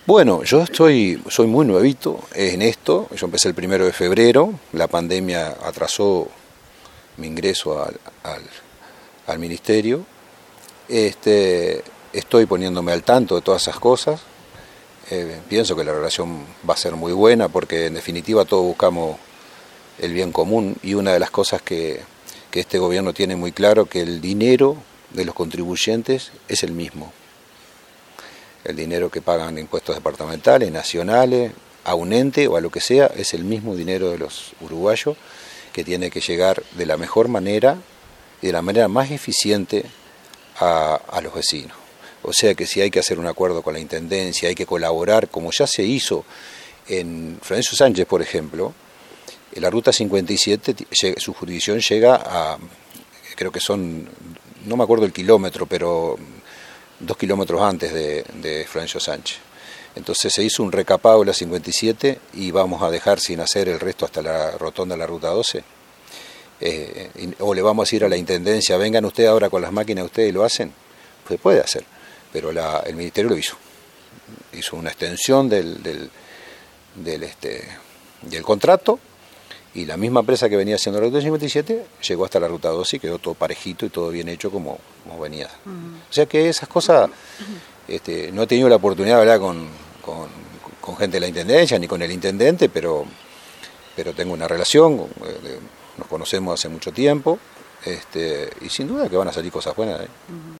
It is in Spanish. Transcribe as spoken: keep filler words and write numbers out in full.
Bueno, yo estoy, soy muy nuevito en esto. Yo empecé el primero de febrero. La pandemia atrasó mi ingreso al, al, al ministerio. Este, estoy poniéndome al tanto de todas esas cosas. Eh, pienso que la relación va a ser muy buena porque en definitiva todos buscamos el bien común, y una de las cosas que, que este gobierno tiene muy claro, que el dinero de los contribuyentes es el mismo. El dinero que pagan impuestos departamentales, nacionales, a un ente o a lo que sea, es el mismo dinero de los uruguayos, que tiene que llegar de la mejor manera y de la manera más eficiente a, a los vecinos. O sea que si hay que hacer un acuerdo con la Intendencia, hay que colaborar, como ya se hizo en Florencio Sánchez, por ejemplo. La ruta cincuenta y siete, su jurisdicción llega a, creo que son, no me acuerdo el kilómetro, pero dos kilómetros antes de, de Florencio Sánchez. Entonces se hizo un recapado de la cincuenta y siete y vamos a dejar sin hacer el resto hasta la rotonda de la ruta doce. Eh, o le vamos a decir a la Intendencia, vengan ustedes ahora con las máquinas ustedes y lo hacen. Pues puede hacer, pero la, el Ministerio lo hizo. Hizo una extensión del, del, del, este, del contrato, y la misma empresa que venía haciendo la ruta cincuenta y siete llegó hasta la ruta doce y quedó todo parejito y todo bien hecho como, como venía. Uh-huh. O sea que esas cosas, este, no he tenido la oportunidad de hablar con, con, con gente de la Intendencia ni con el Intendente, pero, pero tengo una relación, eh, nos conocemos hace mucho tiempo, este, y sin duda que van a salir cosas buenas. ¿eh? Uh-huh.